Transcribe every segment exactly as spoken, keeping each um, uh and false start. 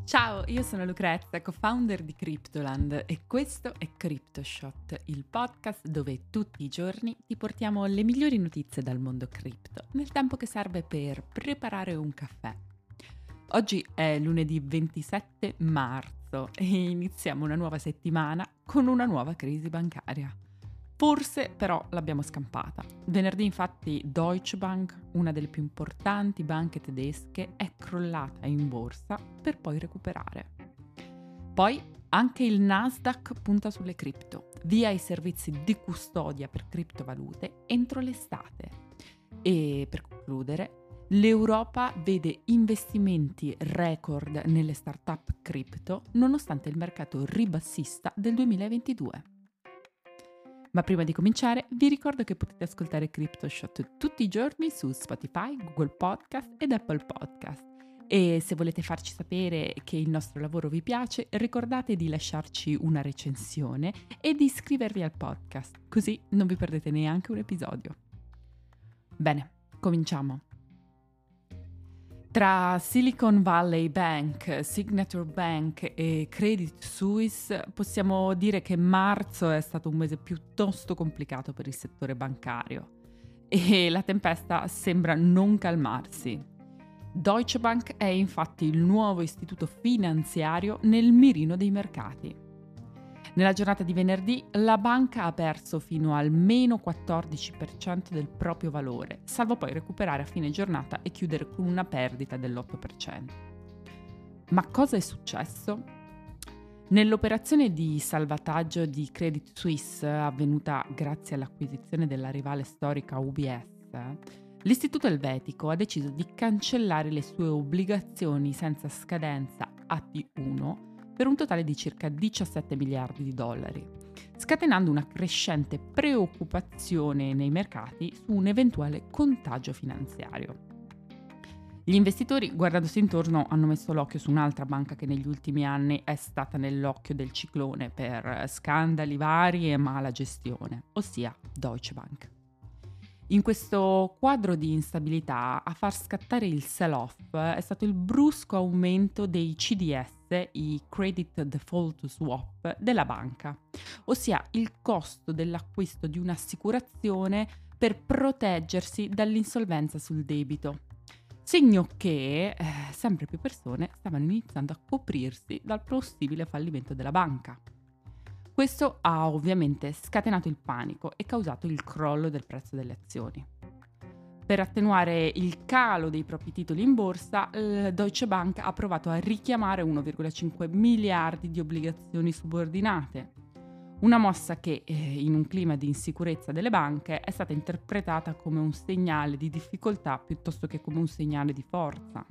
Ciao, io sono Lucrezia, co-founder di Cryptoland e questo è CryptoShot, il podcast dove tutti i giorni ti portiamo le migliori notizie dal mondo cripto, nel tempo che serve per preparare un caffè. Oggi è lunedì ventisette marzo e iniziamo una nuova settimana con una nuova crisi bancaria. Forse però l'abbiamo scampata. Venerdì infatti Deutsche Bank, una delle più importanti banche tedesche, è crollata in borsa per poi recuperare. Poi anche il Nasdaq punta sulle cripto, via i servizi di custodia per criptovalute entro l'estate. E per concludere, l'Europa vede investimenti record nelle start-up cripto nonostante il mercato ribassista del duemilaventidue. Ma prima di cominciare vi ricordo che potete ascoltare CryptoShot tutti i giorni su Spotify, Google Podcast ed Apple Podcast. E se volete farci sapere che il nostro lavoro vi piace, ricordate di lasciarci una recensione e di iscrivervi al podcast, così non vi perdete neanche un episodio. Bene, cominciamo. Tra Silicon Valley Bank, Signature Bank e Credit Suisse possiamo dire che marzo è stato un mese piuttosto complicato per il settore bancario e la tempesta sembra non calmarsi. Deutsche Bank è infatti il nuovo istituto finanziario nel mirino dei mercati. Nella giornata di venerdì la banca ha perso fino al meno quattordici per cento del proprio valore, salvo poi recuperare a fine giornata e chiudere con una perdita dell'otto per cento. Ma cosa è successo? Nell'operazione di salvataggio di Credit Suisse, avvenuta grazie all'acquisizione della rivale storica U B S, l'istituto elvetico ha deciso di cancellare le sue obbligazioni senza scadenza A T uno per un totale di circa diciassette miliardi di dollari, scatenando una crescente preoccupazione nei mercati su un eventuale contagio finanziario. Gli investitori, guardandosi intorno, hanno messo l'occhio su un'altra banca che negli ultimi anni è stata nell'occhio del ciclone per scandali vari e mala gestione, ossia Deutsche Bank. In questo quadro di instabilità, a far scattare il sell-off è stato il brusco aumento dei C D S, i Credit Default Swap, della banca, ossia il costo dell'acquisto di un'assicurazione per proteggersi dall'insolvenza sul debito. Segno che eh, sempre più persone stavano iniziando a coprirsi dal possibile fallimento della banca. Questo ha ovviamente scatenato il panico e causato il crollo del prezzo delle azioni. Per attenuare il calo dei propri titoli in borsa, il Deutsche Bank ha provato a richiamare uno virgola cinque miliardi di obbligazioni subordinate, una mossa che, eh, in un clima di insicurezza delle banche, è stata interpretata come un segnale di difficoltà piuttosto che come un segnale di forza.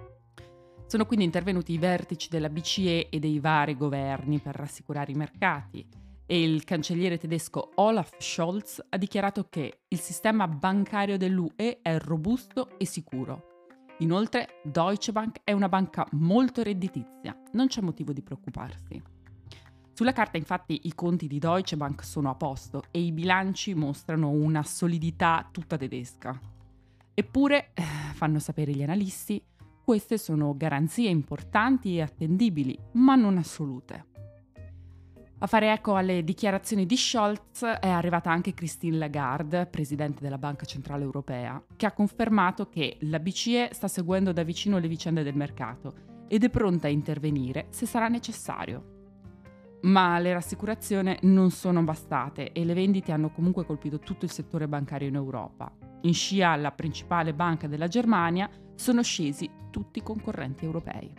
Sono quindi intervenuti i vertici della B C E e dei vari governi per rassicurare i mercati e il cancelliere tedesco Olaf Scholz ha dichiarato che il sistema bancario dell'U E è robusto e sicuro. Inoltre, Deutsche Bank è una banca molto redditizia, non c'è motivo di preoccuparsi. Sulla carta, infatti, i conti di Deutsche Bank sono a posto e i bilanci mostrano una solidità tutta tedesca. Eppure, fanno sapere gli analisti, queste sono garanzie importanti e attendibili, ma non assolute. A fare eco alle dichiarazioni di Scholz è arrivata anche Christine Lagarde, presidente della Banca Centrale Europea, che ha confermato che la B C E sta seguendo da vicino le vicende del mercato ed è pronta a intervenire se sarà necessario. Ma le rassicurazioni non sono bastate e le vendite hanno comunque colpito tutto il settore bancario in Europa. In scia alla principale banca della Germania sono scesi tutti i concorrenti europei.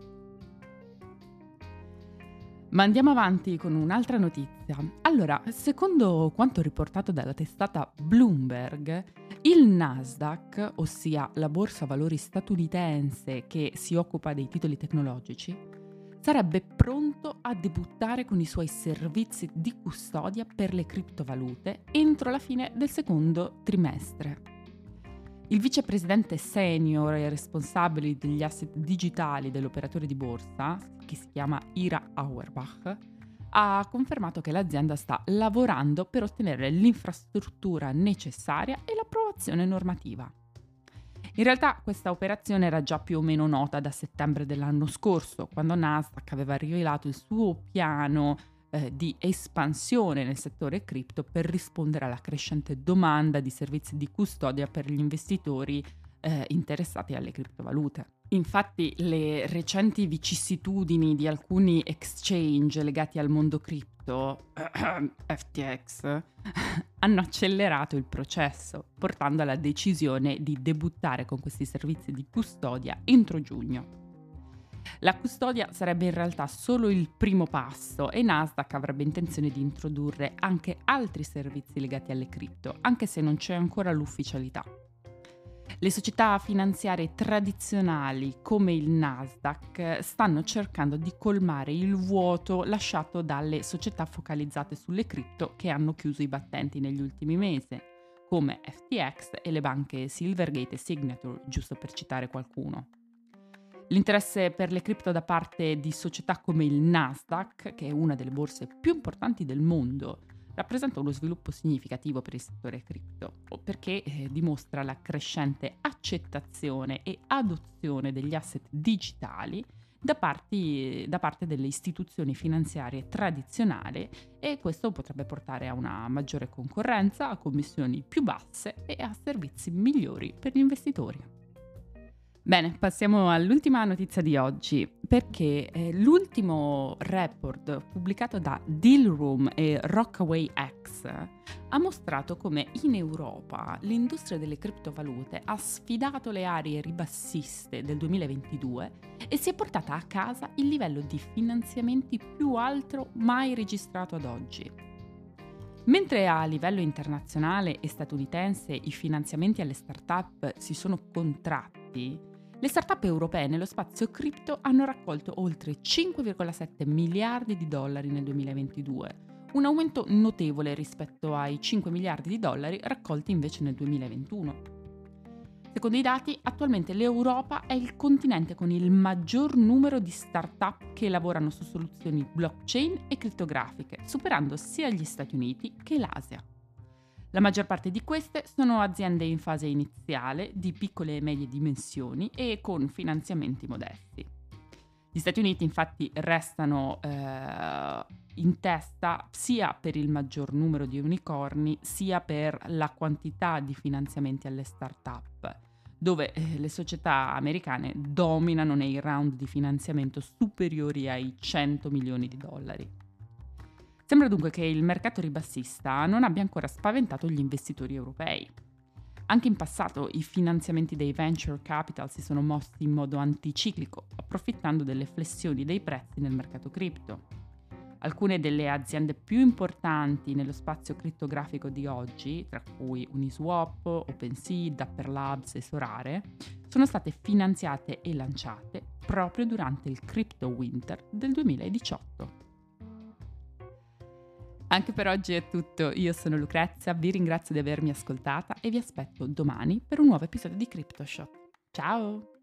Ma andiamo avanti con un'altra notizia. Allora, secondo quanto riportato dalla testata Bloomberg, il Nasdaq, ossia la borsa valori statunitense che si occupa dei titoli tecnologici, sarebbe pronto a debuttare con i suoi servizi di custodia per le criptovalute entro la fine del secondo trimestre. Il vicepresidente senior e responsabile degli asset digitali dell'operatore di borsa, che si chiama Ira Auerbach, ha confermato che l'azienda sta lavorando per ottenere l'infrastruttura necessaria e l'approvazione normativa. In realtà questa operazione era già più o meno nota da settembre dell'anno scorso, quando Nasdaq aveva rivelato il suo piano eh, di espansione nel settore cripto per rispondere alla crescente domanda di servizi di custodia per gli investitori eh, interessati alle criptovalute. Infatti le recenti vicissitudini di alcuni exchange legati al mondo cripto, F T X, hanno accelerato il processo, portando alla decisione di debuttare con questi servizi di custodia entro giugno. La custodia sarebbe in realtà solo il primo passo e Nasdaq avrebbe intenzione di introdurre anche altri servizi legati alle cripto, anche se non c'è ancora l'ufficialità. Le società finanziarie tradizionali come il Nasdaq stanno cercando di colmare il vuoto lasciato dalle società focalizzate sulle cripto che hanno chiuso i battenti negli ultimi mesi, come F T X e le banche Silvergate e Signature, giusto per citare qualcuno. L'interesse per le cripto da parte di società come il Nasdaq, che è una delle borse più importanti del mondo, rappresenta uno sviluppo significativo per il settore cripto, perché eh, dimostra la crescente accettazione e adozione degli asset digitali da, parti, da parte delle istituzioni finanziarie tradizionali, e questo potrebbe portare a una maggiore concorrenza, a commissioni più basse e a servizi migliori per gli investitori. Bene, passiamo all'ultima notizia di oggi, perché eh, l'ultimo report pubblicato da Dealroom e Rockaway X ha mostrato come in Europa l'industria delle criptovalute ha sfidato le aree ribassiste del duemilaventidue e si è portata a casa il livello di finanziamenti più alto mai registrato ad oggi. Mentre a livello internazionale e statunitense i finanziamenti alle start-up si sono contratti, le start-up europee nello spazio cripto hanno raccolto oltre cinque virgola sette miliardi di dollari nel duemilaventidue, un aumento notevole rispetto ai cinque miliardi di dollari raccolti invece nel duemilaventuno. Secondo i dati, attualmente l'Europa è il continente con il maggior numero di start-up che lavorano su soluzioni blockchain e criptografiche, superando sia gli Stati Uniti che l'Asia. La maggior parte di queste sono aziende in fase iniziale, di piccole e medie dimensioni e con finanziamenti modesti. Gli Stati Uniti infatti restano eh, in testa sia per il maggior numero di unicorni, sia per la quantità di finanziamenti alle start-up, dove eh, le società americane dominano nei round di finanziamento superiori ai cento milioni di dollari. Sembra dunque che il mercato ribassista non abbia ancora spaventato gli investitori europei. Anche in passato i finanziamenti dei venture capital si sono mossi in modo anticiclico, approfittando delle flessioni dei prezzi nel mercato cripto. Alcune delle aziende più importanti nello spazio crittografico di oggi, tra cui Uniswap, OpenSea, Dapper Labs e Sorare, sono state finanziate e lanciate proprio durante il Crypto Winter del duemiladiciotto. Anche per oggi è tutto, io sono Lucrezia, vi ringrazio di avermi ascoltata e vi aspetto domani per un nuovo episodio di CryptoShot. Ciao!